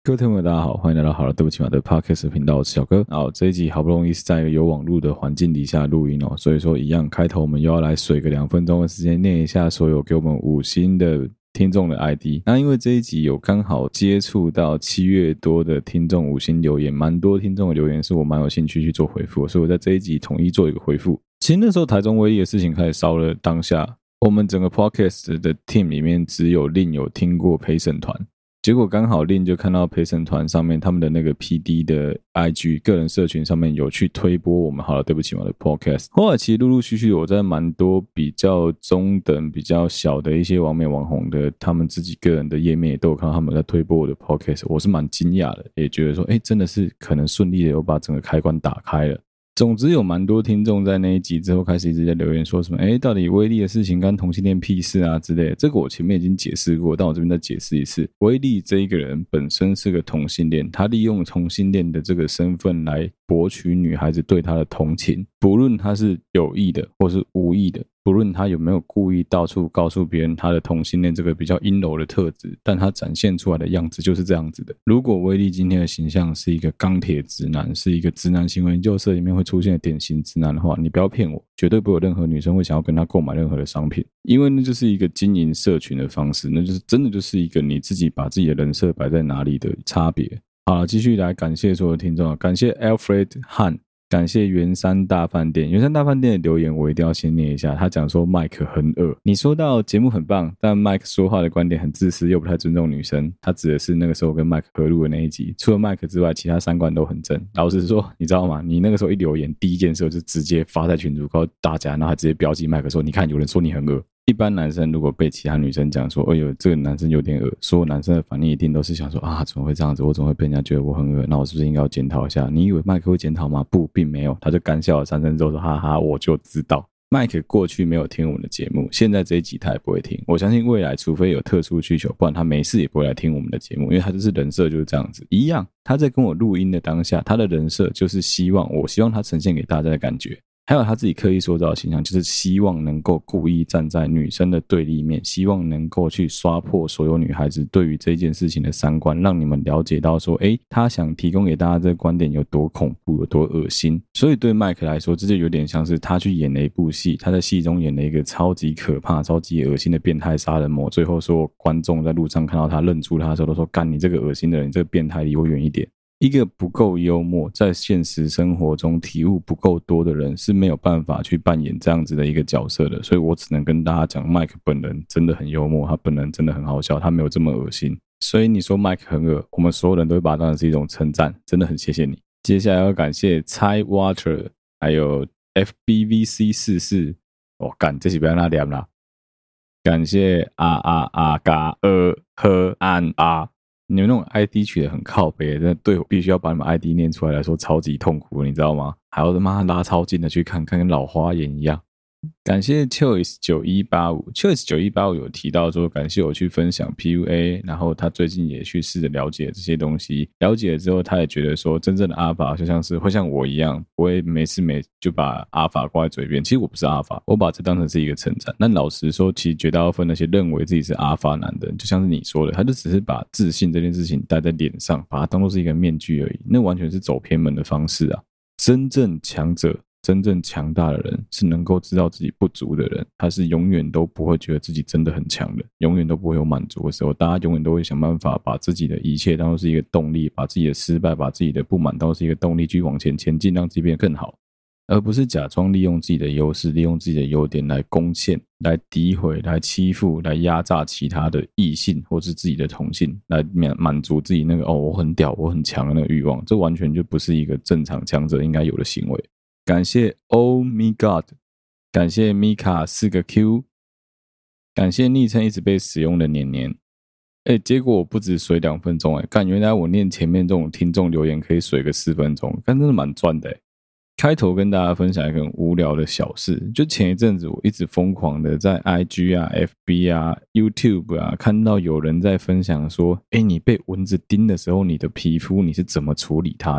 各位听众大家好，欢迎来到好了对不起嘛的 Podcast 频道，我是小哥。这一集好不容易是在一个有网路的环境底下录音哦，所以说一样开头我们又要来水个2分钟的时间，念一下所有给我们5星的听众的 ID。那因为这一集有刚好接触到7月多的听众5星留言，蛮多听众的留言是我蛮有兴趣去做回复，所以我在这一集统一做一个回复。其实那时候台中威力的事情开始烧了当下，我们整个 Podcast 的 team 里面只有Lin有听过陪审团。结果刚好Lin就看到陪审团上面他们的那个 PD 的 IG 个人社群上面有去推播我们好了对不起嘛的 Podcast。后来其实陆陆续续我在蛮多比较中等比较小的一些网美网红的他们自己个人的页面也都有看到他们在推播我的 Podcast， 我是蛮惊讶的，也觉得说真的是可能顺利的有把整个开关打开了。总之有蛮多听众在那一集之后开始一直在留言说什么到底威力的事情跟同性恋屁事啊之类的，这个我前面已经解释过，但我这边再解释一次。威力这一个人本身是个同性恋，他利用同性恋的这个身份来博取女孩子对他的同情，不论他是有意的或是无意的，不论他有没有故意到处告诉别人他的同性恋这个比较阴柔的特质，但他展现出来的样子就是这样子的。如果威力今天的形象是一个钢铁直男，是一个直男行为研究社里面会出现的典型直男的话，你不要骗我，绝对不会有任何女生会想要跟他购买任何的商品，因为那就是一个经营社群的方式，那就是真的就是一个你自己把自己的人设摆在哪里的差别。好了，继续来感谢所有听众，感谢 Alfred Han， 感谢圆山大饭店。圆山大饭店的留言我一定要先念一下，他讲说 Mike 很恶，你说到节目很棒，但 Mike 说话的观点很自私又不太尊重女生，他指的是那个时候跟 Mike 合录的那一集，除了 Mike 之外其他3观都很正。老实说你知道吗，你那个时候一留言第一件事就直接发在群组告诉大家，然后还直接标记 Mike 说你看有人说你很恶。一般男生如果被其他女生讲说这个男生有点恶，所有男生的反应一定都是想说怎么会这样子，我怎么会被人家觉得我很恶，那我是不是应该要检讨一下？你以为麦克会检讨吗？不，并没有，他就干笑了3声之后说哈哈我就知道。麦克过去没有听我们的节目，现在这一集他也不会听，我相信未来除非有特殊需求，不然他没事也不会来听我们的节目，因为他就是人设就是这样子一样。他在跟我录音的当下，他的人设就是我希望他呈现给大家的感觉，还有他自己刻意塑造的形象，就是希望能够故意站在女生的对立面，希望能够去刷破所有女孩子对于这件事情的3观，让你们了解到说他想提供给大家这个观点有多恐怖有多恶心。所以对麦克来说，这就有点像是他去演了一部戏，他在戏中演了一个超级可怕超级恶心的变态杀人魔，最后所有观众在路上看到他认出他的时候都说干你这个恶心的人，你这个变态离我远一点。一个不够幽默，在现实生活中体悟不够多的人是没有办法去扮演这样子的一个角色的，所以我只能跟大家讲，麦克本人真的很幽默，他本人真的很好笑，他没有这么恶心。所以你说麦克很恶，我们所有人都会把它当成是一种称赞，真的很谢谢你。接下来要感谢猜 Water 还有 FBVC44， 干这是不要那念啦。感谢嘎和安啊，你们那种 ID 取得很靠北，真的对我必须要把你们 ID 念出来来说超级痛苦，你知道吗？还要他妈拉超近的去看跟老花眼一样。感谢 Choice9185， Choice9185 有提到说感谢我去分享 PUA， 然后他最近也去试着了解这些东西，了解了之后他也觉得说真正的阿法就像是会像我一样不会没事就把阿法挂在嘴边，其实我不是阿法，我把这当成是一个称赞。但老实说其实绝大部分那些认为自己是阿法男的人，就像是你说的，他就只是把自信这件事情戴在脸上，把它当作是一个面具而已，那完全是走偏门的方式啊。真正强者真正强大的人是能够知道自己不足的人，他是永远都不会觉得自己真的很强的，永远都不会有满足的时候，大家永远都会想办法把自己的一切当作是一个动力，把自己的失败把自己的不满当作是一个动力去往前前进，让自己变得更好，而不是假装利用自己的优势利用自己的优点来攻陷来诋毁来欺负来压榨其他的异性或是自己的同性，来满足自己那个我很屌我很强的那个欲望，这完全就不是一个正常强者应该有的行为。感谢 Oh My God， 感谢 Mika 4个 Q， 感谢昵称一直被使用的年年。结果我不止水2分钟干原来我念前面这种听众留言可以水个4分钟，真的蛮赚的开头跟大家分享一个很无聊的小事，就前一阵子我一直疯狂的在 IG 啊 FB 啊 YouTube 啊看到有人在分享说你被蚊子叮的时候你的皮肤你是怎么处理它的。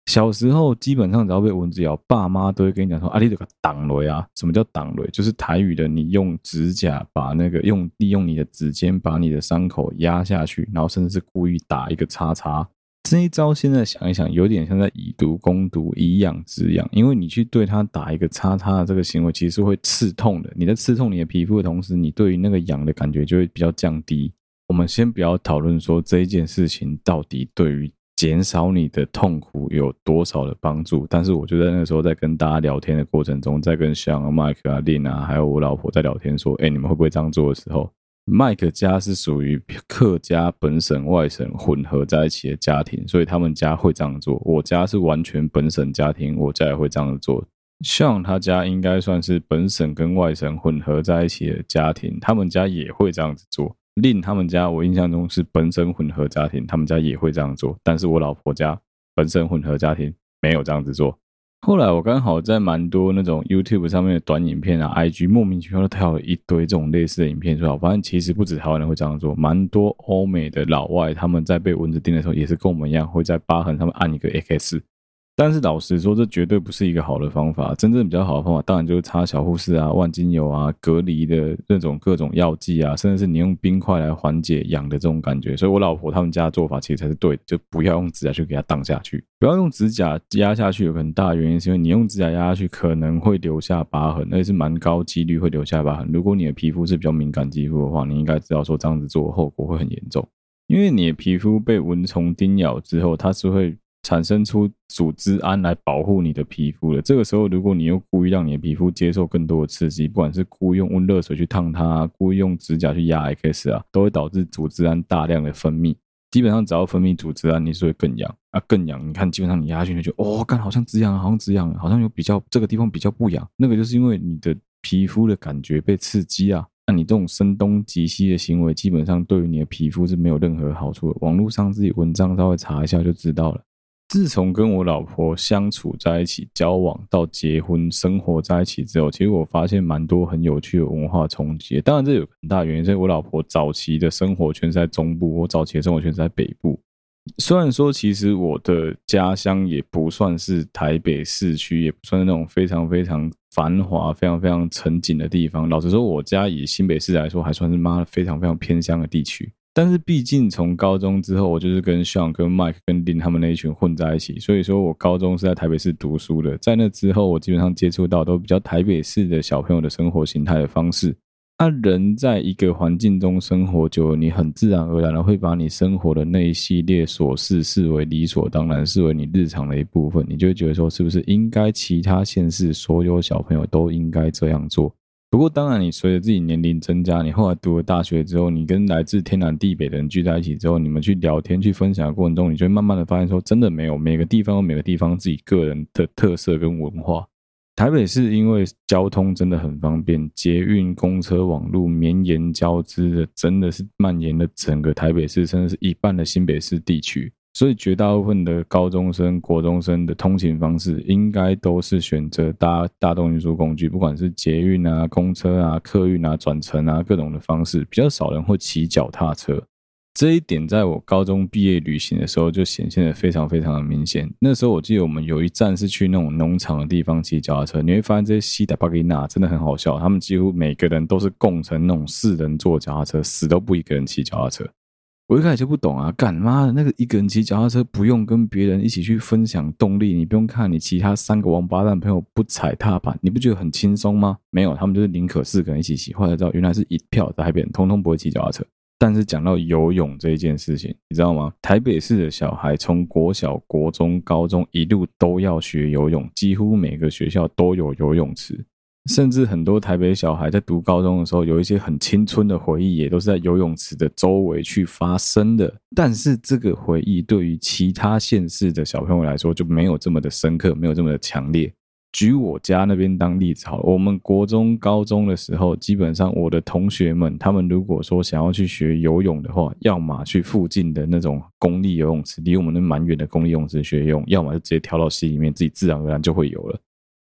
小时候基本上只要被蚊子咬，爸妈都会跟你讲说啊，你这个挡雷啊。什么叫挡雷？就是台语的，你用指甲把那个利用你的指尖把你的伤口压下去，然后甚至是故意打一个叉叉。这一招现在想一想，有点像在以毒攻毒，以痒止痒。因为你去对它打一个叉叉的这个行为，其实是会刺痛的。你在刺痛你的皮肤的同时，你对于那个痒的感觉就会比较降低。我们先不要讨论说这一件事情到底对于减少你的痛苦有多少的帮助，但是我就在那个时候在跟大家聊天的过程中，在跟Sean、Mike 啊、Lin 啊，还有我老婆在聊天说，你们会不会这样做的时候，Mike 家是属于客家本省外省混合在一起的家庭，所以他们家会这样做。我家是完全本省家庭，我家也会这样做。Sean 他家应该算是本省跟外省混合在一起的家庭，他们家也会这样子做。Lin 他们家我印象中是本省混合家庭，他们家也会这样做，但是我老婆家本省混合家庭没有这样子做。后来我刚好在蛮多那种 YouTube 上面的短影片啊 IG 莫名其妙都跳了一堆这种类似的影片出来，我发现其实不止台湾人会这样做，蛮多欧美的老外他们在被蚊子叮的时候也是跟我们一样会在疤痕上面按一个 X。但是老实说，这绝对不是一个好的方法。真正比较好的方法，当然就是擦小护士啊、万金油啊、隔离的那种各种药剂啊，甚至是你用冰块来缓解痒的这种感觉。所以我老婆他们家的做法其实才是对的，就不要用指甲去给它荡下去，不要用指甲压下去。有很大的原因是因为你用指甲压下去可能会留下疤痕，而且是蛮高几率会留下疤痕。如果你的皮肤是比较敏感肌肤的话，你应该知道说这样子做后果会很严重，因为你的皮肤被蚊虫叮咬之后，它是会产生出组织胺来保护你的皮肤的。这个时候如果你又故意让你的皮肤接受更多的刺激，不管是故意用温热水去烫它啊，故意用指甲去压 X 啊，都会导致组织胺大量的分泌。基本上只要分泌组织胺，你是会更痒啊，更痒。你看基本上你压下去就觉得干好像止痒，好像止痒，好像有比较这个地方比较不痒，那个就是因为你的皮肤的感觉被刺激啊。那你这种声东击西的行为，基本上对于你的皮肤是没有任何好处的。网络上自己文章稍微查一下就知道了。自从跟我老婆相处在一起、交往到结婚、生活在一起之后，其实我发现蛮多很有趣的文化冲击。当然，这有很大原因，是我老婆早期的生活圈是在中部，我早期的生活圈是在北部。虽然说，其实我的家乡也不算是台北市区，也不算是那种非常非常繁华、非常非常沉景的地方。老实说，我家以新北市来说，还算是非常非常偏乡的地区。但是毕竟从高中之后，我就是跟 Sean、跟 Mike、跟Lin 他们那一群混在一起，所以说我高中是在台北市读书的。在那之后，我基本上接触到都比较台北市的小朋友的生活形态的方式。人在一个环境中生活久了，你很自然而然的会把你生活的那一系列琐事视为理所当然，视为你日常的一部分。你就会觉得说，是不是应该其他县市所有小朋友都应该这样做？不过当然，你随着自己年龄增加，你后来读了大学之后，你跟来自天南地北的人聚在一起之后，你们去聊天、去分享的过程中，你就会慢慢的发现说，真的没有每个地方有每个地方自己个人的特色跟文化。台北市因为交通真的很方便，捷运、公车网路绵延交织的，真的是蔓延了整个台北市，甚至是一半的新北市地区。所以绝大部分的高中生、国中生的通勤方式，应该都是选择搭大众运输工具，不管是捷运啊、公车啊、客运啊、转乘啊各种的方式，比较少人会骑脚踏车。这一点在我高中毕业旅行的时候就显现得非常非常的明显。那时候我记得我们有一站是去那种农场的地方骑脚踏车，你会发现这些西达巴吉纳真的很好笑，他们几乎每个人都是共乘那种4人坐脚踏车，死都不一个人骑脚踏车。我一开始就不懂啊，干妈的那个一个人骑脚踏车不用跟别人一起去分享动力，你不用看你其他3个王八蛋朋友不踩踏板，你不觉得很轻松吗？没有，他们就是宁可4个人一起骑。后来知道原来是一票台北人通通不会骑脚踏车。但是讲到游泳这一件事情，你知道吗？台北市的小孩从国小、国中、高中一路都要学游泳，几乎每个学校都有游泳池。甚至很多台北小孩在读高中的时候，有一些很青春的回忆，也都是在游泳池的周围去发生的。但是这个回忆对于其他县市的小朋友来说，就没有这么的深刻，没有这么的强烈。举我家那边当例子好了，我们国中、高中的时候，基本上我的同学们，他们如果说想要去学游泳的话，要么去附近的那种公立游泳池，离我们那蛮远的公立游泳池学游泳，要么就直接跳到溪里面，自己自然而然就会游了。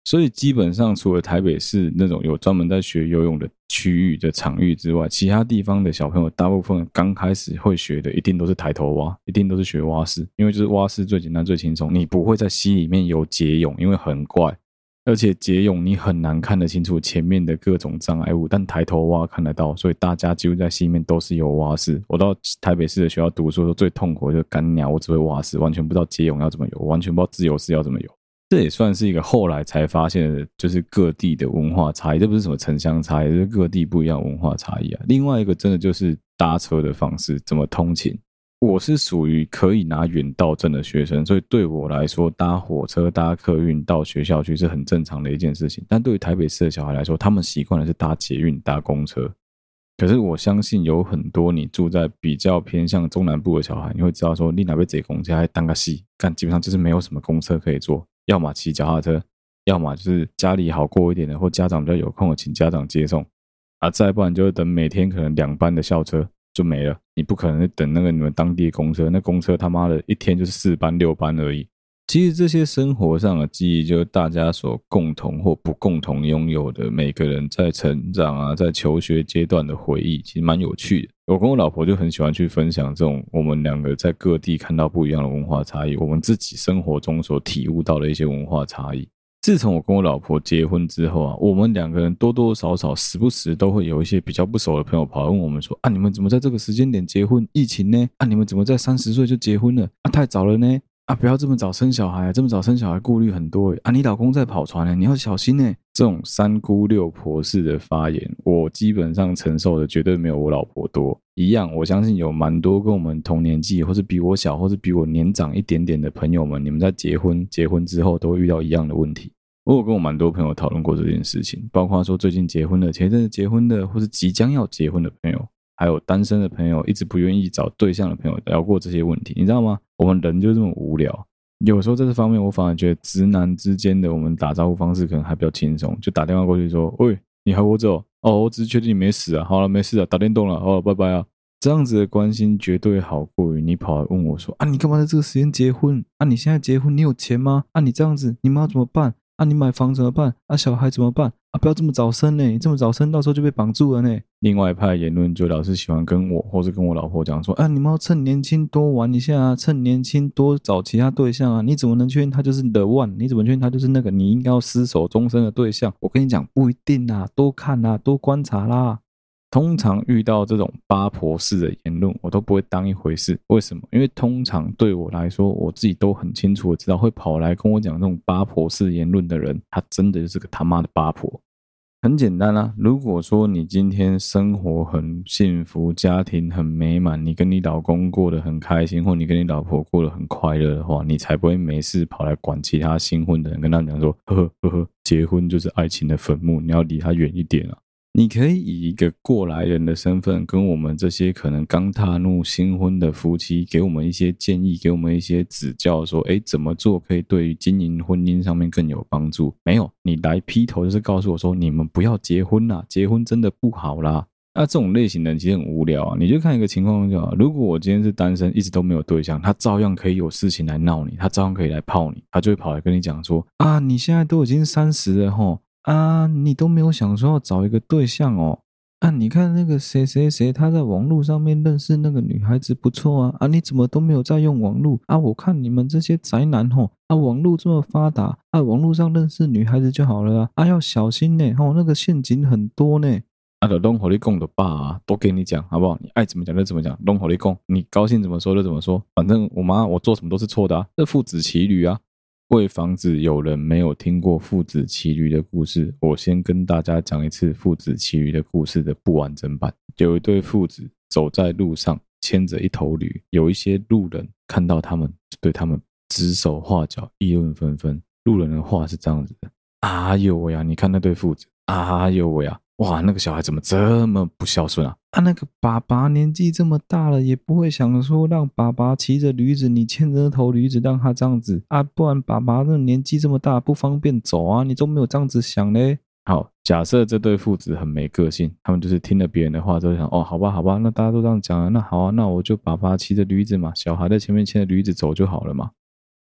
所以基本上除了台北市那种有专门在学游泳的区域的场域之外，其他地方的小朋友大部分刚开始会学的一定都是抬头蛙，一定都是学蛙式，因为就是蛙式最简单最轻松，你不会在溪里面游蝶泳，因为很怪，而且蝶泳你很难看得清楚前面的各种障碍物，但抬头蛙看得到，所以大家几乎在溪里面都是游蛙式。我到台北市的学校读书的时候，最痛苦的就是干鸟，我只会蛙式，完全不知道蝶泳要怎么游，完全不知道自由式要怎么游。这也算是一个后来才发现的，就是各地的文化差异，这不是什么城乡差异，这是各地不一样的文化差异啊。另外一个真的就是搭车的方式，怎么通勤。我是属于可以拿远道证的学生，所以对我来说，搭火车、搭客运到学校去是很正常的一件事情。但对于台北市的小孩来说，他们习惯的是搭捷运、搭公车。可是我相信有很多你住在比较偏向中南部的小孩，你会知道说，你哪边坐公车还当个戏，干基本上就是没有什么公车可以坐。要么骑脚踏车，要么就是家里好过一点的，或家长比较有空的请家长接送啊，再不然就是等每天可能2班的校车就没了，你不可能等那个你们当地的公车，那公车他妈的一天就是4班6班而已。其实这些生活上的记忆，就是大家所共同或不共同拥有的，每个人在成长啊，在求学阶段的回忆，其实蛮有趣的。我跟我老婆就很喜欢去分享这种我们两个在各地看到不一样的文化差异，我们自己生活中所体悟到的一些文化差异。自从我跟我老婆结婚之后啊，我们2个人多多少少时不时都会有一些比较不熟的朋友跑来问我们说啊，你们怎么在这个时间点结婚？疫情呢？啊，你们怎么在30岁就结婚了？啊，太早了呢？啊，不要这么早生小孩，这么早生小孩顾虑很多啊！你老公在跑船呢，你要小心呢。这种3姑6婆式的发言，我基本上承受的绝对没有我老婆多。一样，我相信有蛮多跟我们同年纪，或是比我小，或是比我年长一点点的朋友们，你们在结婚之后都会遇到一样的问题。我有跟我蛮多朋友讨论过这件事情，包括说最近结婚的、前一阵子结婚的，或是即将要结婚的朋友。还有单身的朋友，一直不愿意找对象的朋友，聊过这些问题，你知道吗？我们人就这么无聊。有时候在这方面，我反而觉得直男之间的我们打招呼方式可能还比较轻松，就打电话过去说：“喂，你还活着哦？哦，我只是确定你没死啊。好了，没事啊，打电动了，好了，拜拜啊。”这样子的关心绝对好过于你跑来问我说：“啊，你干嘛在这个时间结婚？啊，你现在结婚，你有钱吗？啊，你这样子，你们要怎么办？啊，你买房怎么办？啊，小孩怎么办？啊，不要这么早生呢！你这么早生，到时候就被绑住了呢。”另外一派言论就老是喜欢跟我或是跟我老婆讲说：“啊，你们要趁年轻多玩一下啊，趁年轻多找其他对象啊！你怎么能确定他就是 the one？ 你怎么确定他就是那个你应该要厮守终身的对象？我跟你讲，不一定啊，多看啊，多观察啦。”通常遇到这种八婆式的言论，我都不会当一回事。为什么？因为通常对我来说，我自己都很清楚的知道，会跑来跟我讲这种八婆式言论的人，他真的就是个他妈的八婆。很简单啊，如果说你今天生活很幸福，家庭很美满，你跟你老公过得很开心，或你跟你老婆过得很快乐的话，你才不会没事跑来管其他新婚的人，跟他讲说，呵呵呵呵，结婚就是爱情的坟墓，你要离他远一点啊。你可以以一个过来人的身份，跟我们这些可能刚踏入新婚的夫妻，给我们一些建议，给我们一些指教，说，怎么做可以对于经营婚姻上面更有帮助？没有，你来劈头就是告诉我说，你们不要结婚啦，结婚真的不好啦。那这种类型的人其实很无聊啊，你就看一个情况就好。如果我今天是单身，一直都没有对象，他照样可以有事情来闹你，他照样可以来泡你，他就会跑来跟你讲说，啊，你现在都已经30了齁。啊，你都没有想说要找一个对象哦。啊，你看那个谁谁谁，他在网络上面认识那个女孩子不错啊。啊，你怎么都没有在用网络啊？我看你们这些宅男吼，啊，网络这么发达，啊，网络上认识女孩子就好了啊。啊，要小心呢，吼，那个陷阱很多呢。啊，就拢给你讲的爸啊，都给你讲好不好？你爱怎么讲就怎么讲，拢给你讲，你高兴怎么说就怎么说。反正我做什么都是错的啊，这父子骑驴啊。为防止有人没有听过父子骑驴的故事，我先跟大家讲一次父子骑驴的故事的不完整版。有一对父子走在路上，牵着一头驴，有一些路人看到他们，就对他们指手画脚，议论纷纷。路人的话是这样子的：哎呦喂呀，你看那对父子，哎呦喂呀，哇，那个小孩怎么这么不孝顺啊？啊，那个爸爸年纪这么大了，也不会想说让爸爸骑着驴子，你牵着那头驴子让他这样子啊，不然爸爸那年纪这么大不方便走啊，你都没有这样子想嘞。好，假设这对父子很没个性，他们就是听了别人的话之后想，哦，好吧，好吧，那大家都这样讲了，那好啊，那我就爸爸骑着驴子嘛，小孩在前面牵着驴子走就好了嘛。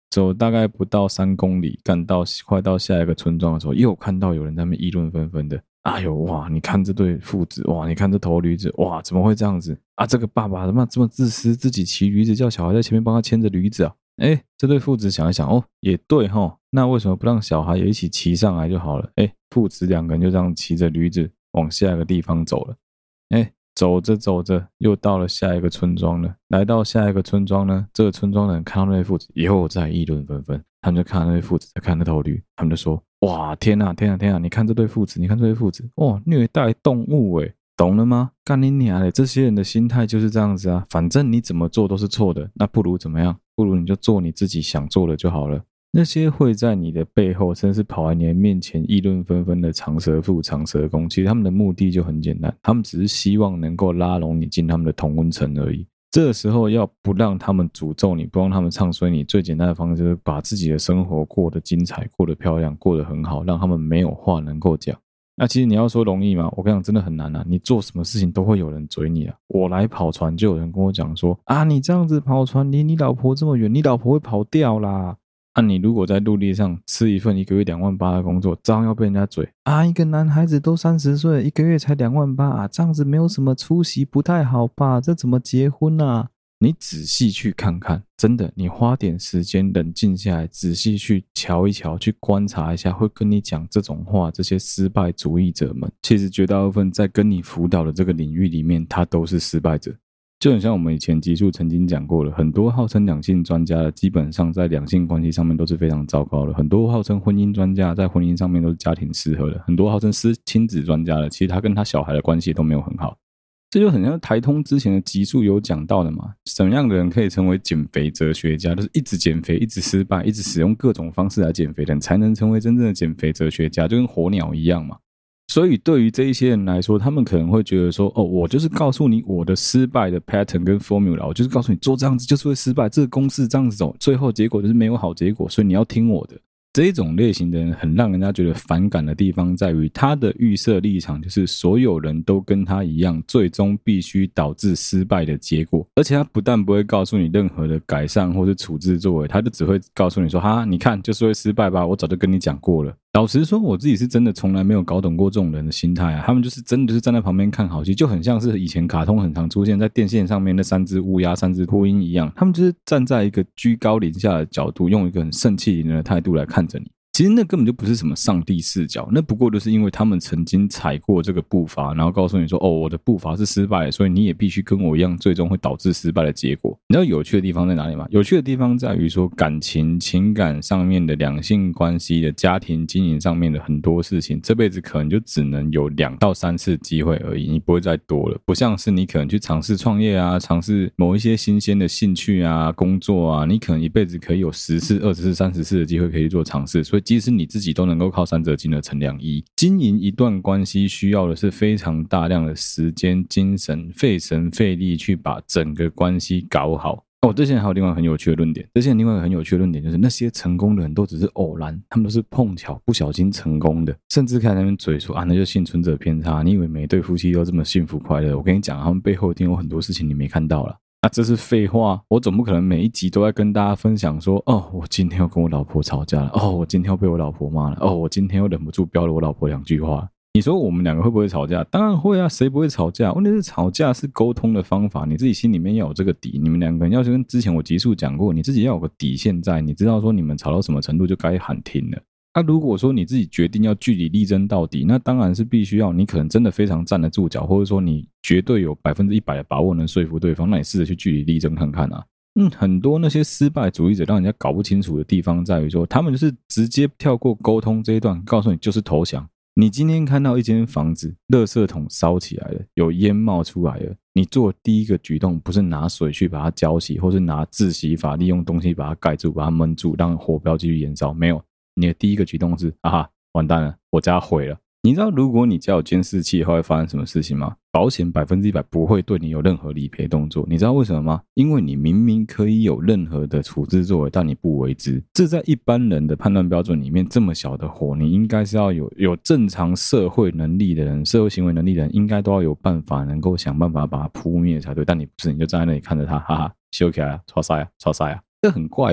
走大概不到3公里，快到下一个村庄的时候，又看到有人在那边议论纷纷的。哎呦哇！你看这对父子，哇！你看这头驴子，哇！怎么会这样子啊？这个爸爸怎么这么自私，自己骑驴子，叫小孩在前面帮他牵着驴子啊？哎，这对父子想一想，哦，也对齁，那为什么不让小孩也一起骑上来就好了？哎，父子2个人就这样骑着驴子往下一个地方走了。哎，走着走着又到了下一个村庄了。来到下一个村庄呢，这个村庄的人看到那对父子又在议论纷纷，他们就看到那对父子在看那头驴，他们就说：哇，天啊天啊天啊！你看这对父子，你看这对父子，哇，虐待动物诶，懂了吗？干你娘嘞！这些人的心态就是这样子啊，反正你怎么做都是错的，那不如怎么样？不如你就做你自己想做的就好了。那些会在你的背后，甚至是跑来你的面前议论纷纷的长舌妇、长舌公，其实他们的目的就很简单，他们只是希望能够拉拢你进他们的同温层而已。这个时候要不让他们诅咒你，不让他们唱衰你，最简单的方式就是把自己的生活过得精彩、过得漂亮、过得很好，让他们没有话能够讲。那其实你要说容易吗？我跟你讲，真的很难啊！你做什么事情都会有人追你啊。我来跑船，就有人跟我讲说啊，你这样子跑船离你老婆这么远，你老婆会跑掉啦。啊，你如果在陆地上吃一份1个月28000的工作，照样要被人家追啊！一个男孩子都30岁，1个月才28000啊，这样子没有什么出息，不太好吧？这怎么结婚啊？你仔细去看看，真的，你花点时间冷静下来，仔细去瞧一瞧，去观察一下，会跟你讲这种话，这些失败主义者们，其实绝大部分在跟你辅导的这个领域里面，他都是失败者。就很像我们以前集数曾经讲过了，很多号称两性专家的，基本上在两性关系上面都是非常糟糕的。很多号称婚姻专家，在婚姻上面都是家庭失和的。很多号称亲子专家的，其实他跟他小孩的关系都没有很好。这就很像台通之前的集数有讲到的嘛，什么样的人可以成为减肥哲学家？就是一直减肥，一直失败，一直使用各种方式来减肥的人，才能成为真正的减肥哲学家，就跟火鸟一样嘛。所以对于这一些人来说，他们可能会觉得说，哦，我就是告诉你我的失败的 pattern 跟 formula， 我就是告诉你做这样子就是会失败，这个公式这样子走，最后结果就是没有好结果，所以你要听我的。这一种类型的人很让人家觉得反感的地方在于，他的预设立场就是所有人都跟他一样，最终必须导致失败的结果。而且他不但不会告诉你任何的改善或是处置作为，他就只会告诉你说，哈，你看就是会失败吧，我早就跟你讲过了。老实说，我自己是真的从来没有搞懂过这种人的心态啊，他们就是真的就是站在旁边看好戏，就很像是以前卡通很常出现在电线上面那3只乌鸦、3只秃鹰一样，他们就是站在一个居高临下的角度，用一个很盛气凌人的态度来看着你。其实那根本就不是什么上帝视角，那不过就是因为他们曾经踩过这个步伐，然后告诉你说，哦，我的步伐是失败的，所以你也必须跟我一样，最终会导致失败的结果。你知道有趣的地方在哪里吗？有趣的地方在于说，感情、情感上面的两性关系的家庭经营上面的很多事情，这辈子可能就只能有2到3次机会而已，你不会再多了。不像是你可能去尝试创业啊，尝试某一些新鲜的兴趣啊、工作啊，你可能一辈子可以有10次、20次、30次的机会可以去做尝试，所以即使你自己都能够靠3折金额乘2，经营一段关系需要的是非常大量的时间、精神、费神费力去把整个关系搞好。哦，这些人还有另外很有趣的论点，这些人另外一个很有趣的论点就是那些成功的人都只是偶然，他们都是碰巧不小心成功的，甚至看他们嘴说啊，那就幸存者偏差，你以为每对夫妻都这么幸福快乐？我跟你讲，他们背后一定有很多事情你没看到啦。啊，这是废话，我总不可能每一集都在跟大家分享说，哦，我今天又跟我老婆吵架了，哦，我今天又被我老婆骂了，哦，我今天又忍不住飙了我老婆2句话。你说我们2个会不会吵架？当然会啊，谁不会吵架？问题是吵架是沟通的方法，你自己心里面要有这个底。你们2个人要是跟之前我集数讲过，你自己要有个底线在，你知道说你们吵到什么程度就该喊停了。那如果说你自己决定要据理力争到底，那当然是必须要你可能真的非常站得住脚，或者说你绝对有100%的把握能说服对方，那你试着去据理力争看看啊。很多那些失败主义者让人家搞不清楚的地方在于说，他们就是直接跳过沟通这一段，告诉你就是投降。你今天看到一间房子，垃圾桶烧起来了，有烟冒出来了，你做第一个举动不是拿水去把它浇熄，或是拿窒息法利用东西把它盖住，把它闷住，让火不要继续延烧，没有。你的第一个举动是啊，完蛋了，我家毁了。你知道如果你家有监视器的话会发生什么事情吗？保险100%不会对你有任何理赔动作。你知道为什么吗？因为你明明可以有任何的处置作为，但你不为之。这在一般人的判断标准里面，这么小的火，你应该是要有正常社会能力的人，社会行为能力的人，应该都要有办法能够想办法把它扑灭才对。但你不是，你就站在那里看着它，哈哈，修起来啊，刷塞啊，刷塞啊，这很怪吧？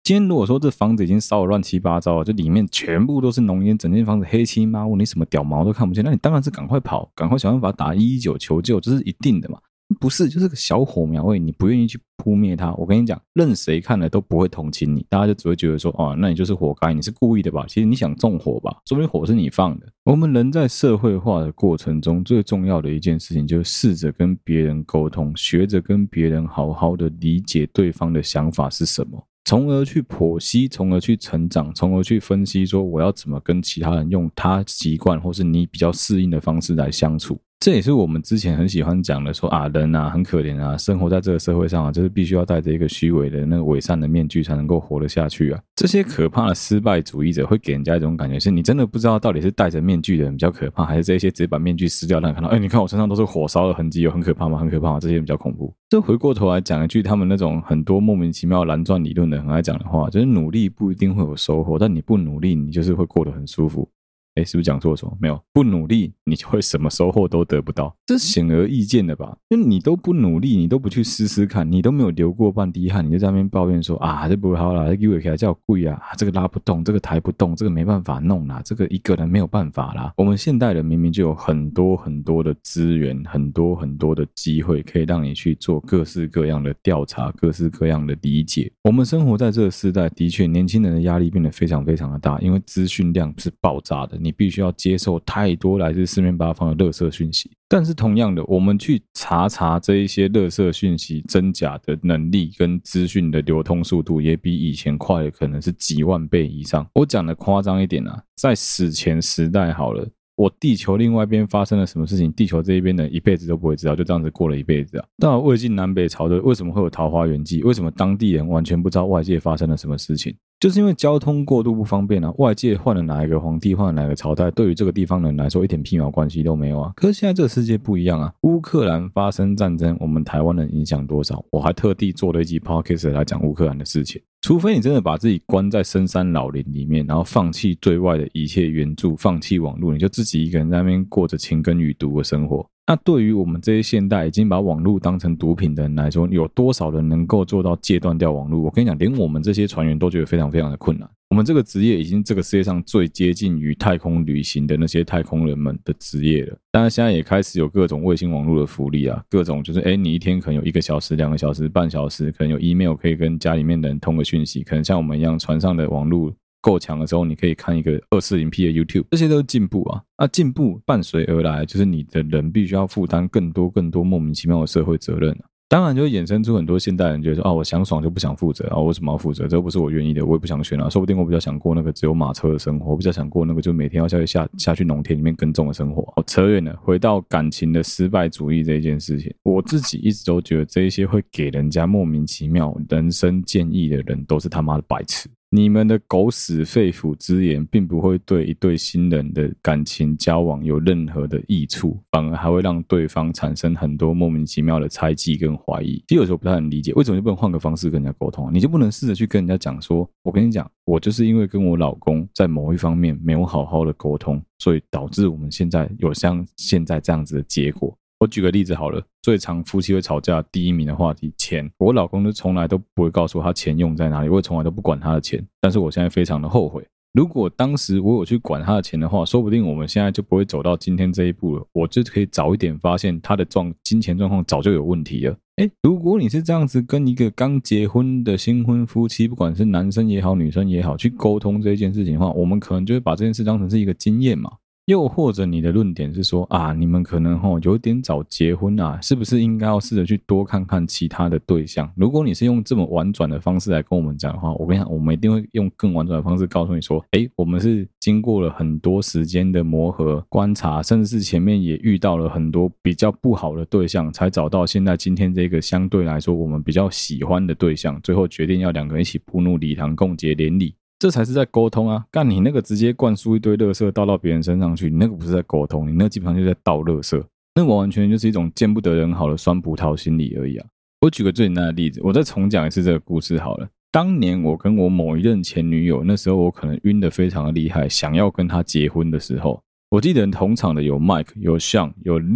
今天如果说这房子已经烧得乱七八糟了，就里面全部都是浓烟，整间房子黑漆麻乌，你什么屌毛都看不见，那你当然是赶快跑，赶快想办法打119求救，这是一定的嘛。不是，就是个小火苗而已，你不愿意去扑灭它。我跟你讲，任谁看了都不会同情你，大家就只会觉得说，哦，那你就是活该，你是故意的吧？其实你想纵火吧，说不定火是你放的。我们人在社会化的过程中，最重要的一件事情就是试着跟别人沟通，学着跟别人好好的理解对方的想法是什么。从而去剖析，从而去成长，从而去分析说我要怎么跟其他人用他习惯或是你比较适应的方式来相处。这也是我们之前很喜欢讲的说啊，人啊很可怜啊，生活在这个社会上啊，就是必须要戴着一个虚伪的那个伪善的面具才能够活得下去啊。这些可怕的失败主义者会给人家一种感觉是你真的不知道到底是戴着面具的人比较可怕，还是这些直接把面具撕掉让你看到，你看我身上都是火烧的痕迹，有很可怕吗？很可怕吗？这些人比较恐怖。这回过头来讲一句他们那种很多莫名其妙蓝钻理论的很爱讲的话，就是努力不一定会有收获，但你不努力你就是会过得很舒服。是不是讲错什么？没有，不努力你就会什么收获都得不到，这是显而易见的吧？因为你都不努力，你都不去试试看，你都没有流过半滴汗，你就在那边抱怨说啊，这不好啦，这给我起来叫贵啊，这个拉不动，这个抬不动，这个没办法弄啦，这个一个人没有办法啦。我们现代人明明就有很多很多的资源，很多很多的机会可以让你去做各式各样的调查，各式各样的理解。我们生活在这个时代，的确年轻人的压力变得非常非常的大，因为资讯量是爆炸的，你必须要接受太多来自四面八方的垃圾讯息。但是同样的，我们去查这一些垃圾讯息真假的能力跟资讯的流通速度，也比以前快了可能是几万倍以上。我讲的夸张一点啊，在史前时代好了，我地球另外一边发生了什么事情，地球这一边的一辈子都不会知道，就这样子过了一辈子啊。到魏晋南北朝的为什么会有桃花源记？为什么当地人完全不知道外界发生了什么事情？就是因为交通过度不方便啊，外界换了哪一个皇帝，换了哪个朝代，对于这个地方人来说一点屁毛关系都没有啊。可是现在这个世界不一样啊，乌克兰发生战争，我们台湾人影响多少？我还特地做了一集 podcast 来讲乌克兰的事情。除非你真的把自己关在深山老林里面，然后放弃对外的一切援助，放弃网络，你就自己一个人在那边过着情根雨毒的生活。那对于我们这些现代已经把网络当成毒品的人来说，有多少人能够做到戒断掉网络？我跟你讲，连我们这些船员都觉得非常非常的困难。我们这个职业已经这个世界上最接近于太空旅行的那些太空人们的职业了。当然现在也开始有各种卫星网络的福利啊，各种就是你一天可能有1个小时、2个小时、半小时，可能有 email 可以跟家里面的人通个讯息，可能像我们一样船上的网络够强的时候，你可以看一个240p 的 YouTube， 这些都是进步啊。那进步伴随而来就是你的人必须要负担更多莫名其妙的社会责任啊。当然就会衍生出很多现代人觉得说啊，我想爽就不想负责啊，我为什么要负责？这不是我愿意的，我也不想选啊。说不定我比较想过那个只有马车的生活，我比较想过那个就每天要下去农田里面耕种的生活。扯远了，回到感情的失败主义这一件事情，我自己一直都觉得这一些会给人家莫名其妙人生建议的人都是他妈的白痴。你们的狗屎肺腑之言并不会对一对新人的感情交往有任何的益处，反而还会让对方产生很多莫名其妙的猜忌跟怀疑。其实有时候不太能理解，为什么就不能换个方式跟人家沟通？你就不能试着去跟人家讲说，我跟你讲，我就是因为跟我老公在某一方面没有好好的沟通，所以导致我们现在有像现在这样子的结果。我举个例子好了，最常夫妻会吵架第一名的话题，钱。我老公就从来都不会告诉我他钱用在哪里，我也从来都不管他的钱，但是我现在非常的后悔。如果当时我有去管他的钱的话，说不定我们现在就不会走到今天这一步了，我就可以早一点发现他的金钱状况早就有问题了。如果你是这样子跟一个刚结婚的新婚夫妻，不管是男生也好女生也好，去沟通这件事情的话，我们可能就会把这件事当成是一个经验嘛。又或者你的论点是说啊，你们可能有点早结婚啊，是不是应该要试着去多看看其他的对象？如果你是用这么婉转的方式来跟我们讲的话，我跟你讲，我们一定会用更婉转的方式告诉你说，我们是经过了很多时间的磨合、观察，甚至是前面也遇到了很多比较不好的对象，才找到现在今天这个相对来说我们比较喜欢的对象，最后决定要两个人一起步入礼堂共结连理。这才是在沟通啊！干你那个直接灌输一堆垃圾倒到别人身上去，你那个不是在沟通，你那个基本上就是在倒垃圾，那完完全全就是一种见不得人好的酸葡萄心理而已啊！我举个最简单的例子，我再重讲一次这个故事好了。当年我跟我某一任前女友，那时候我可能晕得非常的厉害，想要跟她结婚的时候，我记得同场的有 Mike、有 Sean、有 Lin，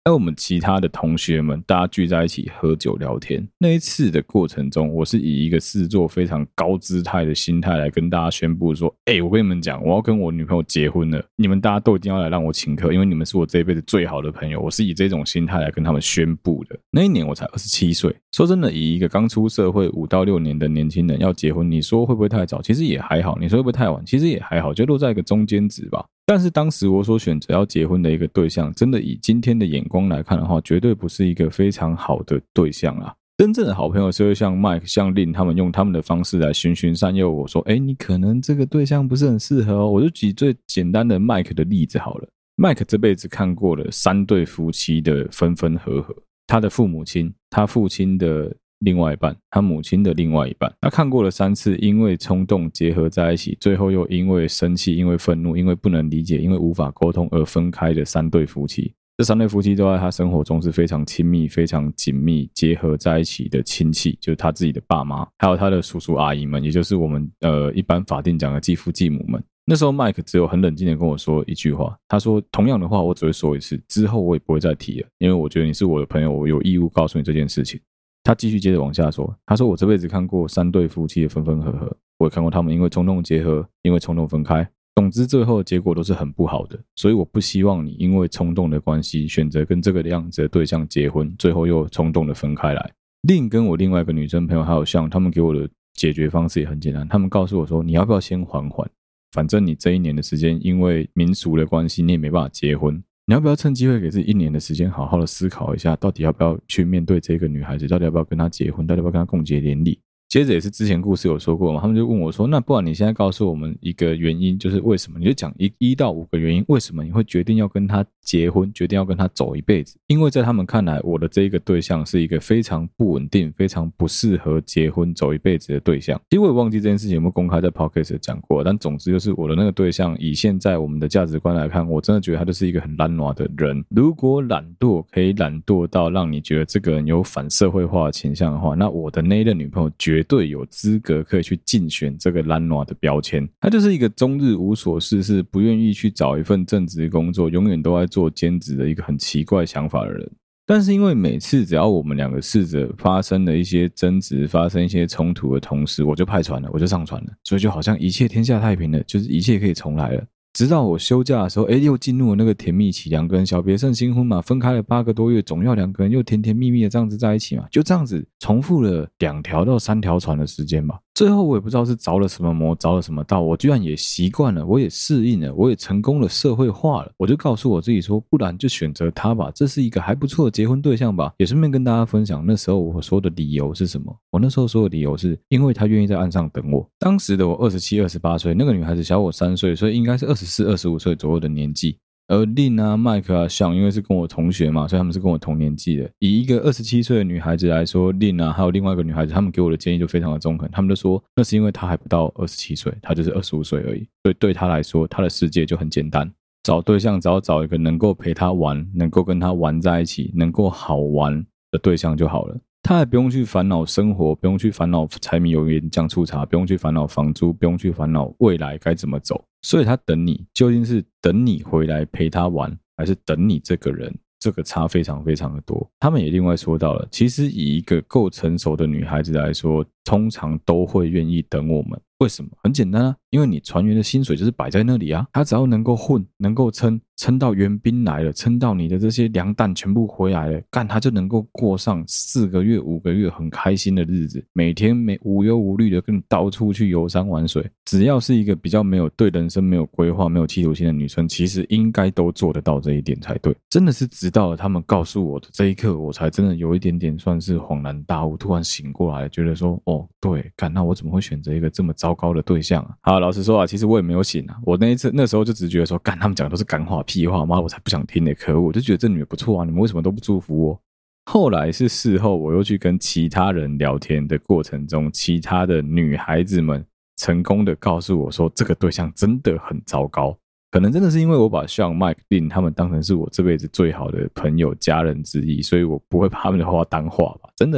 还有我们其他的同学们，大家聚在一起喝酒聊天。那一次的过程中，我是以一个视作非常高姿态的心态来跟大家宣布说，我跟你们讲，我要跟我女朋友结婚了，你们大家都一定要来让我请客，因为你们是我这一辈子最好的朋友。我是以这种心态来跟他们宣布的。那一年我才27岁，说真的，以一个刚出社会5到6年的年轻人要结婚，你说会不会太早？其实也还好。你说会不会太晚？其实也还好，就落在一个中间值吧。但是当时我所选择要结婚的一个对象，真的以今天的眼光来看的话，绝对不是一个非常好的对象啊。真正的好朋友是会像 Mike 像 Lin 他们用他们的方式来循循善诱我说，你可能这个对象不是很适合哦。我就举最简单的 Mike 的例子好了。Mike 这辈子看过了3对夫妻的分分合合，他的父母亲，他父亲的另外一半，他母亲的另外一半，他看过了3次因为冲动结合在一起，最后又因为生气，因为愤怒，因为不能理解，因为无法沟通而分开的3对夫妻。这3对夫妻都在他生活中是非常亲密非常紧密结合在一起的亲戚，就是他自己的爸妈，还有他的叔叔阿姨们，也就是我们一般法定讲的继父继母们。那时候 Mike 只有很冷静的跟我说一句话，他说同样的话我只会说一次，之后我也不会再提了，因为我觉得你是我的朋友，我有义务告诉你这件事情。他继续接着往下说，他说我这辈子看过3对夫妻的分分合合，我也看过他们因为冲动结合，因为冲动分开，总之最后的结果都是很不好的，所以我不希望你因为冲动的关系选择跟这个样子的对象结婚，最后又冲动的分开来。跟我另外一个女生朋友还有像他们给我的解决方式也很简单，他们告诉我说，你要不要先缓缓，反正你这1年的时间因为民俗的关系你也没办法结婚，你要不要趁机会给自己1年的时间好好的思考一下，到底要不要去面对这个女孩子，到底要不要跟她结婚，到底要不要跟她共结连理。接着也是之前故事有说过嘛，他们就问我说，那不然你现在告诉我们一个原因，就是为什么，你就讲1到5个原因，为什么你会决定要跟他结婚，决定要跟他走一辈子。因为在他们看来，我的这一个对象是一个非常不稳定非常不适合结婚走一辈子的对象。其实我也忘记这件事情有没有公开在 Podcast 讲过，但总之就是我的那个对象，以现在我们的价值观来看，我真的觉得他就是一个很懒惰的人。如果懒惰可以懒惰到让你觉得这个人有反社会化的倾向的话，那我的那一任女朋友绝对有资格可以去竞选这个懒惰的标签。她就是一个终日无所事事，不愿意去找一份正职工作，永远都在做兼职的一个很奇怪想法的人。但是因为每次只要我们2个试着发生了一些争执，发生一些冲突的同时，我就派船了，我就上船了，所以就好像一切天下太平了，就是一切可以重来了。直到我休假的时候，又进入了那个甜蜜期，2个人小别胜新婚嘛，分开了8个多月，总要2个人又甜甜蜜蜜的这样子在一起嘛，就这样子重复了2条到3条船的时间吧。最后我也不知道是着了什么魔，着了什么道，我居然也习惯了，我也适应了，我也成功了社会化了。我就告诉我自己说，不然就选择他吧，这是一个还不错的结婚对象吧。也顺便跟大家分享那时候我说的理由是什么。我那时候说的理由是因为他愿意在岸上等我。当时的我27、28岁，那个女孩子小我3岁，所以应该是24、25岁左右的年纪。而 Lin 啊、Mike 啊、像因为是跟我同学嘛，所以他们是跟我同年纪的。以一个27岁的女孩子来说， Lin 啊还有另外一个女孩子，他们给我的建议就非常的中肯。他们就说那是因为她还不到27岁，她就是25岁而已，所以对她来说，她的世界就很简单，找对象只要找一个能够陪她玩，能够跟她玩在一起，能够好玩的对象就好了。他还不用去烦恼生活，不用去烦恼柴米油盐酱醋茶，不用去烦恼房租，不用去烦恼未来该怎么走。所以他等你，究竟是等你回来陪他玩，还是等你这个人，这个差非常非常的多。他们也另外说到了，其实以一个够成熟的女孩子来说，通常都会愿意等我们。为什么？很简单啊，因为你船员的薪水就是摆在那里啊，他只要能够混，能够撑到援兵来了，撑到你的这些粮弹全部回来了，干他就能够过上4个月、5个月很开心的日子，每天无忧无虑的跟你到处去游山玩水。只要是一个比较没有对人生没有规划、没有企图心的女生，其实应该都做得到这一点才对。真的是直到了他们告诉我的这一刻，我才真的有一点点算是恍然大悟，突然醒过来，觉得说哦，对，干那我怎么会选择一个这么糟糕的对象啊？好，老实说啊，其实我也没有醒啊，我那时候就只觉得说，干他们讲的都是干话屁话，妈我才不想听呢，可恶！我就觉得这女的不错啊，你们为什么都不祝福我？后来是事后我又去跟其他人聊天的过程中，其他的女孩子们成功的告诉我说，这个对象真的很糟糕。可能真的是因为我把像 Mike、Lin 他们当成是我这辈子最好的朋友、家人之一，所以我不会把他们的话当话吧，真的啦。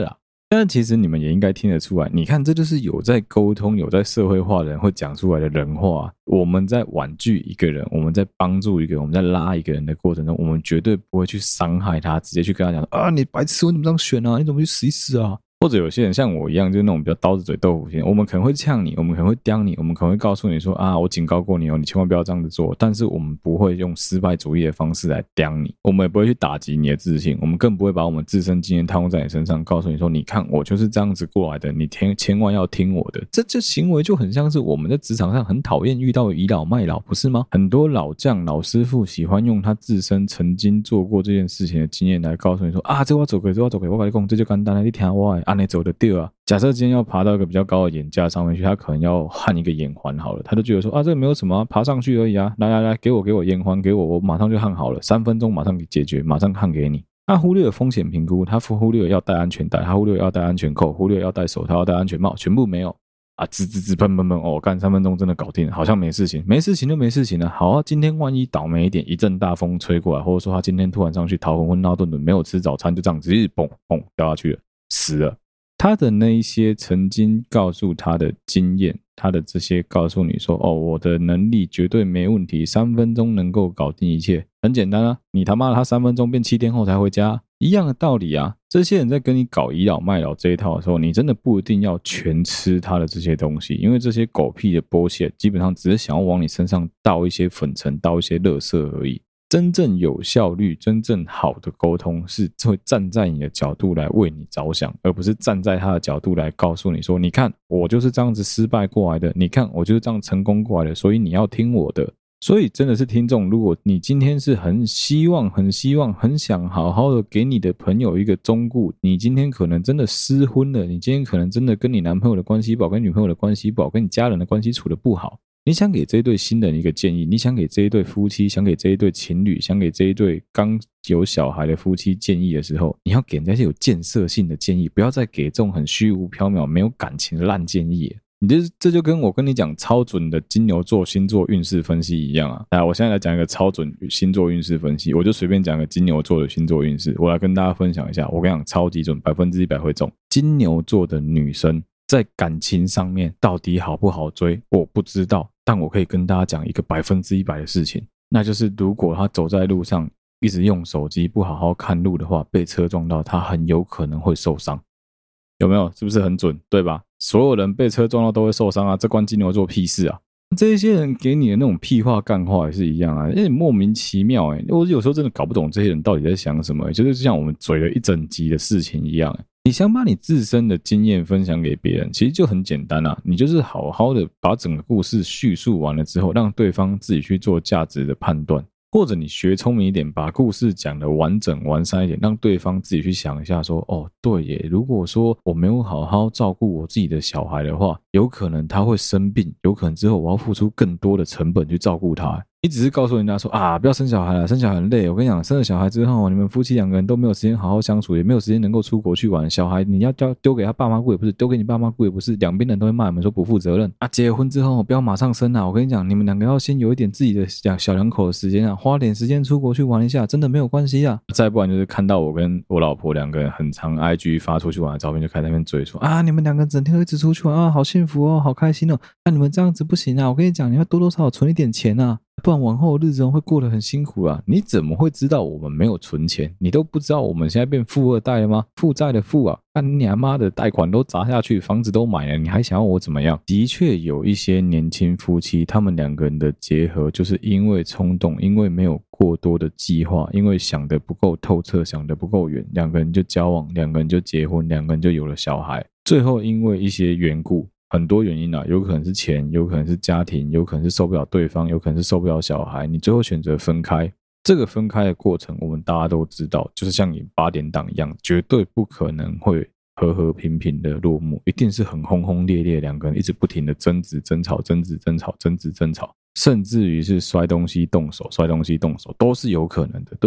但是其实你们也应该听得出来，你看这就是有在沟通、有在社会化的人会讲出来的人话。我们在婉拒一个人，我们在帮助一个人，我们在拉一个人的过程中，我们绝对不会去伤害他，直接去跟他讲啊，你白痴，你怎么这样选啊？你怎么去死一死啊？或者有些人像我一样，就是那种比较刀子嘴豆腐心，我们可能会呛你，我们可能会刁你，我们可能会告诉你说啊，我警告过你哦，你千万不要这样子做。但是我们不会用失败主义的方式来刁你，我们也不会去打击你的自信，我们更不会把我们自身经验套用在你身上，告诉你说，你看我就是这样子过来的，你千万要听我的。这行为就很像是我们在职场上很讨厌遇到的倚老卖老，不是吗？很多老将、老师傅喜欢用他自身曾经做过这件事情的经验来告诉你说啊，这我走过，这我走过，我跟你讲，这就简单了，你听我的，按你走的对啊。假设今天要爬到一个比较高的眼架上面去，他可能要焊一个眼环好了，他就觉得说啊，这个没有什么啊，爬上去而已啊，来，给我眼环给我，我马上就焊好了，3分钟马上解决，马上焊给你。他忽略了风险评估，他忽略了要戴安全带，他忽略了要戴安全扣，忽略了要戴手套，要戴安全帽，全部没有啊，滋喷哦，干3分钟真的搞定了，好像没事情，没事情就没事情了。好啊，今天万一倒霉一点，一阵大风吹过来，或者说他今天突然上去逃浑闹顿顿，没有吃早餐，就这样直接嘣掉下去了，死了。他的那一些曾经告诉他的经验，他的这些告诉你说，哦，我的能力绝对没问题，3分钟能够搞定一切，很简单啊，你他妈的他3分钟变7天后才回家，一样的道理啊。这些人在跟你搞倚老卖老这一套的时候，你真的不一定要全吃他的这些东西，因为这些狗屁的bullshit基本上只是想要往你身上倒一些粉尘，倒一些垃圾而已。真正有效率、真正好的沟通是会站在你的角度来为你着想，而不是站在他的角度来告诉你说，你看我就是这样子失败过来的，你看我就是这样成功过来的，所以你要听我的。所以真的是听众，如果你今天是很希望、很想好好的给你的朋友一个忠告，你今天可能真的失婚了，你今天可能真的跟你男朋友的关系不好，跟女朋友的关系不好，跟你家人的关系处得不好，你想给这一对新人一个建议，你想给这一对夫妻，想给这一对情侣，想给这一对刚有小孩的夫妻建议的时候，你要给人家一些有建设性的建议，不要再给这种很虚无缥缈、没有感情的烂建议。这就跟我跟你讲超准的金牛座星座运势分析一样啊！来，我现在来讲一个超准星座运势分析，我就随便讲个金牛座的星座运势，我来跟大家分享一下。我跟你讲，超级准，100%会中。金牛座的女生在感情上面到底好不好追，我不知道，但我可以跟大家讲一个100%的事情，那就是如果她走在路上一直用手机不好好看路的话，被车撞到，她很有可能会受伤。有没有？是不是很准？对吧？所有人被车撞到都会受伤啊，这关金牛座屁事啊！这些人给你的那种屁话干话也是一样啊，有点莫名其妙我有时候真的搞不懂这些人到底在想什么就是像我们嘴了一整集的事情一样你想把你自身的经验分享给别人，其实就很简单啊，你就是好好的把整个故事叙述完了之后，让对方自己去做价值的判断。或者你学聪明一点，把故事讲得完整完善一点，让对方自己去想一下说，哦，对耶，如果说我没有好好照顾我自己的小孩的话，有可能他会生病，有可能之后我要付出更多的成本去照顾他。你只是告诉人家说啊，不要生小孩了，生小孩很累。我跟你讲，生了小孩之后，你们夫妻2个人都没有时间好好相处，也没有时间能够出国去玩。小孩你要丢给他爸妈顾也不是，丢给你爸妈顾也不是，两边人都会骂你们说不负责任啊。结婚之后不要马上生啊，我跟你讲，你们2个要先有一点自己的小两口的时间啊，花点时间出国去玩一下，真的没有关系啊。再不然就是看到我跟我老婆2个人很常 IG 发出去玩的照片，就开始在那边追说啊，你们2个整天都一直出去玩啊，好幸福哦，好开心哦。那你们这样子不行啊，我跟你讲，你要多多少少存一点钱啊。不然往后的日子会过得很辛苦啊！你怎么会知道我们没有存钱？你都不知道我们现在变富二代了吗？负债的负啊！看你妈的贷款都砸下去，房子都买了，你还想要我怎么样？的确有一些年轻夫妻，他们2个人的结合就是因为冲动，因为没有过多的计划，因为想得不够透彻，想得不够远，2个人就交往，2个人就结婚，2个人就有了小孩，最后因为一些缘故。很多原因有可能是钱，有可能是家庭，有可能是受不了对方，有可能是受不了小孩，你最后选择分开。这个分开的过程我们大家都知道，就是像你8点档一样，绝对不可能会和和平平的落幕，一定是很轰轰烈烈，2个人一直不停的争执争吵，甚至于是摔东西动手都是有可能的，对吧？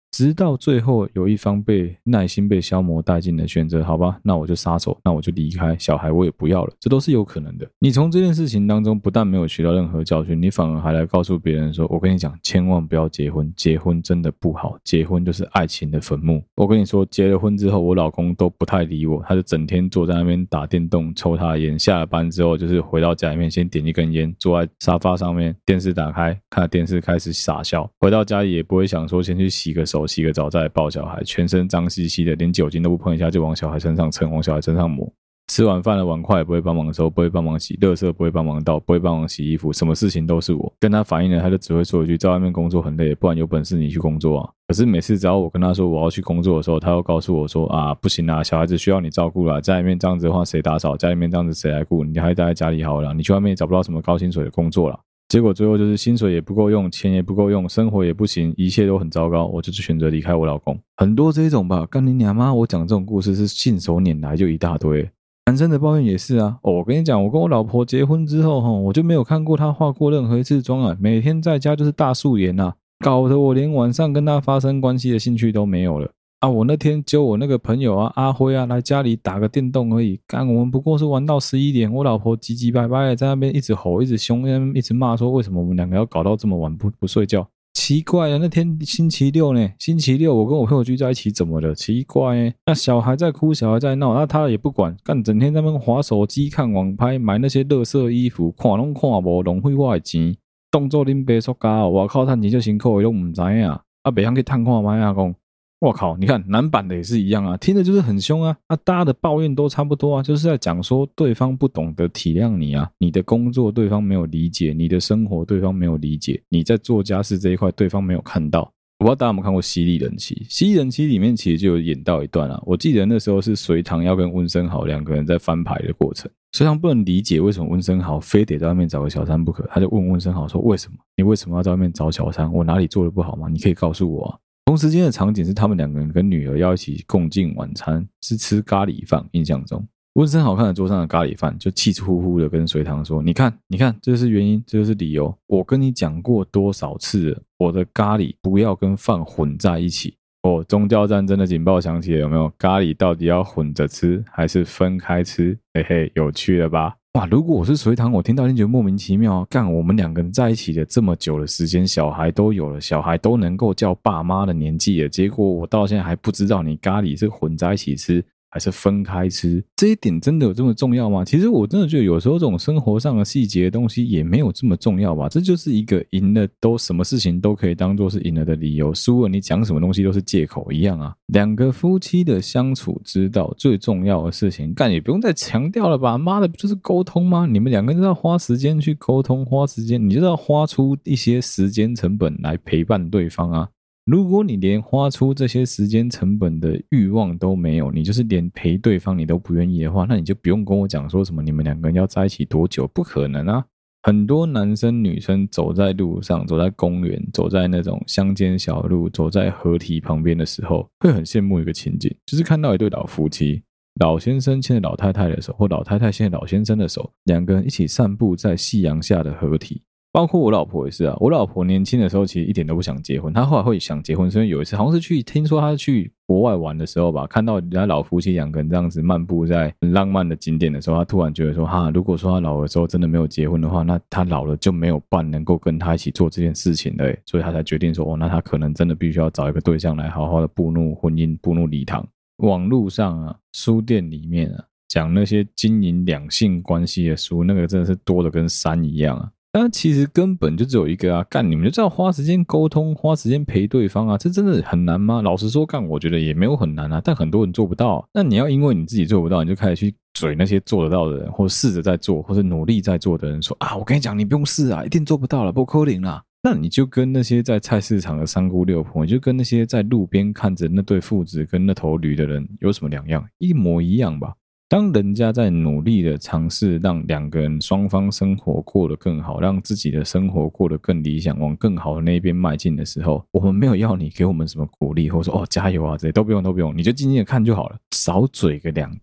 直到最后有一方耐心被消磨殆尽的选择，好吧，那我就撒手，那我就离开，小孩我也不要了，这都是有可能的。你从这件事情当中不但没有学到任何教训，你反而还来告诉别人说，我跟你讲，千万不要结婚，结婚真的不好，结婚就是爱情的坟墓。我跟你说，结了婚之后，我老公都不太理我，他就整天坐在那边打电动，抽他的烟，下了班之后就是回到家里面先点一根烟，坐在沙发上面，电视打开，看电视开始傻笑，回到家里也不会想说先去洗个手洗个澡再来抱小孩，全身脏兮兮的，连酒精都不碰一下就往小孩身上蹭，往小孩身上抹。吃完饭了，碗筷也不会帮忙收，不会帮忙洗，垃圾不会帮忙倒，不会帮忙洗衣服，什么事情都是我。跟他反映了，他就只会说一句，在外面工作很累，不然有本事你去工作啊。可是每次只要我跟他说我要去工作的时候，他又告诉我说啊，不行啊，小孩子需要你照顾啦，家里面这样子的话谁打扫，家里面这样子谁来顾，你还待在家里好了，你去外面也找不到什么高薪水的工作啦。结果最后就是薪水也不够用，钱也不够用，生活也不行，一切都很糟糕，我就是选择离开我老公。很多这种吧，干你娘妈，我讲这种故事是信手拈来就一大堆。男生的抱怨也是啊，我跟你讲，我跟我老婆结婚之后我就没有看过她化过任何一次妆啊，每天在家就是大素颜啊，搞得我连晚上跟她发生关系的兴趣都没有了啊。我那天揪我那个朋友啊，阿辉啊，来家里打个电动而已，干我们不过是玩到11点，我老婆唧唧拜拜的在那边一直吼一直凶，一直骂说为什么我们两个要搞到这么晚不睡觉。奇怪了，那天星期六呢？星期六我跟我朋友聚在一起，怎么了？奇怪欸，那小孩在哭，小孩在闹，那他也不管，干整天在那边滑手机、看网拍、买那些垃圾衣服，看拢看无，浪费我的钱。当作恁爸塑胶，我靠，赚钱就辛苦，都唔知啊，不想去探看买啊讲。我靠，你看男版的也是一样啊，听着就是很凶啊，大家的抱怨都差不多啊，就是在讲说对方不懂得体谅你啊，你的工作对方没有理解，你的生活对方没有理解，你在做家事这一块对方没有看到。我不知道大家有没有看过《犀利人妻》，《犀利人妻》里面其实就有演到一段啊，我记得那时候是隋唐要跟温升豪两个人在翻牌的过程，隋唐不能理解为什么温升豪非得在外面找个小三不可，他就问温升豪说为什么？你为什么要在外面找小三？我哪里做得不好吗？你可以告诉我啊。同时间的场景是他们两个人跟女儿要一起共进晚餐，是吃咖喱饭，印象中温升豪看着桌上的咖喱饭，就气呼呼的跟隋唐说，你看，这就是原因，这就是理由，我跟你讲过多少次了，我的咖喱不要跟饭混在一起。宗教战争的警报响起了，有没有？咖喱到底要混着吃还是分开吃？嘿嘿，有趣了吧？哇，如果我是隋唐，我听到一定觉得莫名其妙啊！干，我们两个人在一起了这么久的时间，小孩都有了，小孩都能够叫爸妈的年纪了，结果我到现在还不知道你咖喱是混在一起吃还是分开吃，这一点真的有这么重要吗？其实我真的觉得有时候这种生活上的细节的东西也没有这么重要吧，这就是一个赢了都什么事情都可以当作是赢了的理由，输了你讲什么东西都是借口一样啊。两个夫妻的相处之道最重要的事情，干也不用再强调了吧，妈的不就是沟通吗？你们两个人要花时间去沟通，花时间，你就要花出一些时间成本来陪伴对方啊。如果你连花出这些时间成本的欲望都没有，你就是连陪对方你都不愿意的话，那你就不用跟我讲说什么你们两个人要在一起多久，不可能啊。很多男生女生走在路上，走在公园，走在那种乡间小路，走在河堤旁边的时候，会很羡慕一个情景，就是看到一对老夫妻，老先生牵着老太太的手，或老太太牵着老先生的手，两个人一起散步在夕阳下的河堤。包括我老婆也是啊，我老婆年轻的时候其实一点都不想结婚，她后来会想结婚，所以有一次好像是听说她去国外玩的时候吧，看到人家老夫妻两个人这样子漫步在很浪漫的景点的时候，她突然觉得说如果说她老的时候真的没有结婚的话，那她老了就没有伴能够跟她一起做这件事情了，所以她才决定说那她可能真的必须要找一个对象来好好的步入婚姻，步入礼堂。网络上啊，书店里面啊，讲那些经营两性关系的书，那个真的是多的跟山一样啊。但其实根本就只有一个啊，干你们就知道花时间沟通，花时间陪对方啊，这真的很难吗？老实说，干我觉得也没有很难啊，但很多人做不到啊。那你要因为你自己做不到，你就开始去嘴那些做得到的人，或试着在做，或是努力在做的人说我跟你讲，你不用试啊，一定做不到了，不可能啦。那你就跟那些在菜市场的三姑六婆，你就跟那些在路边看着那对父子跟那头驴的人有什么两样？一模一样吧。当人家在努力的尝试让两个人双方生活过得更好，让自己的生活过得更理想，往更好的那边迈进的时候，我们没有要你给我们什么鼓励，或者说加油啊，这些都不用，你就静静的看就好了，少嘴个两句，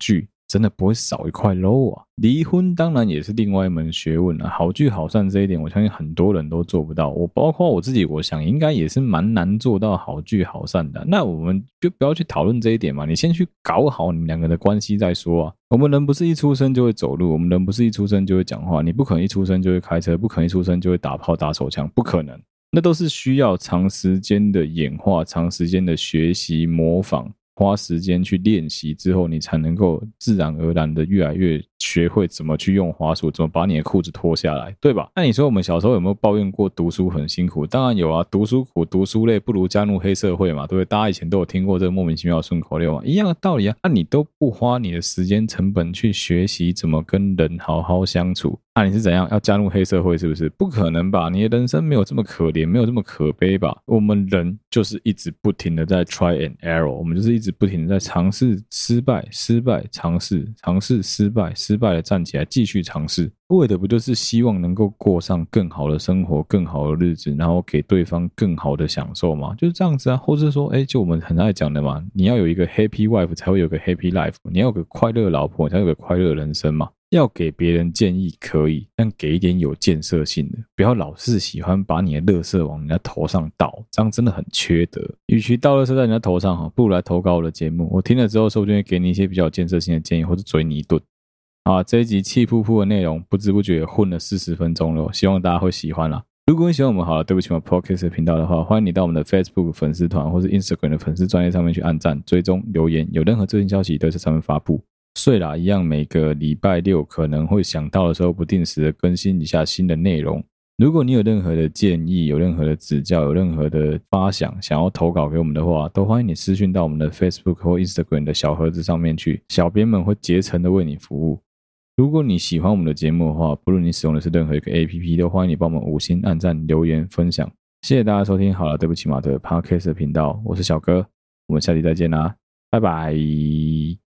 真的不会少一块肉啊。离婚当然也是另外一门学问啊，好聚好散这一点我相信很多人都做不到，包括我自己，我想应该也是蛮难做到好聚好散的。那我们就不要去讨论这一点嘛，你先去搞好你们两个的关系再说啊。我们人不是一出生就会走路，我们人不是一出生就会讲话，你不可能一出生就会开车，不可能一出生就会打炮打手枪，不可能。那都是需要长时间的演化，长时间的学习模仿，花时间去练习之后，你才能够自然而然的越来越学会怎么去用滑鼠，怎么把你的裤子脱下来，对吧？那你说我们小时候有没有抱怨过读书很辛苦？当然有啊，读书苦，读书累，不如加入黑社会嘛，对不对？大家以前都有听过这个莫名其妙的顺口溜嘛，一样的道理啊。那你都不花你的时间成本去学习怎么跟人好好相处，那你是怎样要加入黑社会？是不是？不可能吧？你的人生没有这么可怜，没有这么可悲吧？我们人就是一直不停的在 try and error， 我们就是一直不停的在尝试，失败，失败，尝试，尝试，失败，失败的站起来，继续尝试，为的不就是希望能够过上更好的生活，更好的日子，然后给对方更好的享受吗？就是这样子啊。或者说，就我们很爱讲的嘛，你要有一个 happy wife 才会有个 happy life， 你要有个快乐的老婆才有个快乐的人生嘛。要给别人建议可以，但给一点有建设性的，不要老是喜欢把你的垃圾往人家头上倒，这样真的很缺德。与其倒垃圾在人家头上，不如来投稿我的节目，我听了之后说不定会给你一些比较有建设性的建议，或者嘴你一顿。这一集气噗噗的内容不知不觉也混了40分钟了，希望大家会喜欢啦。如果你喜欢我们好了对不起嘛 Podcast 频道的话，欢迎你到我们的 Facebook 粉丝团或是 Instagram 的粉丝专页上面去按赞、追踪、留言，有任何最新消息都在上面发布。睡啦，一样每个礼拜六可能会想到的时候不定时的更新一下新的内容。如果你有任何的建议，有任何的指教，有任何的发想，想要投稿给我们的话，都欢迎你私讯到我们的 Facebook 或 Instagram 的小盒子上面去，小编们会竭诚的为你服务。如果你喜欢我们的节目的话，不论你使用的是任何一个 APP， 都欢迎你帮我们5星按赞、留言、分享。谢谢大家收听好了对不起嘛的 Podcast 频道，我是小哥，我们下期再见啦，拜拜。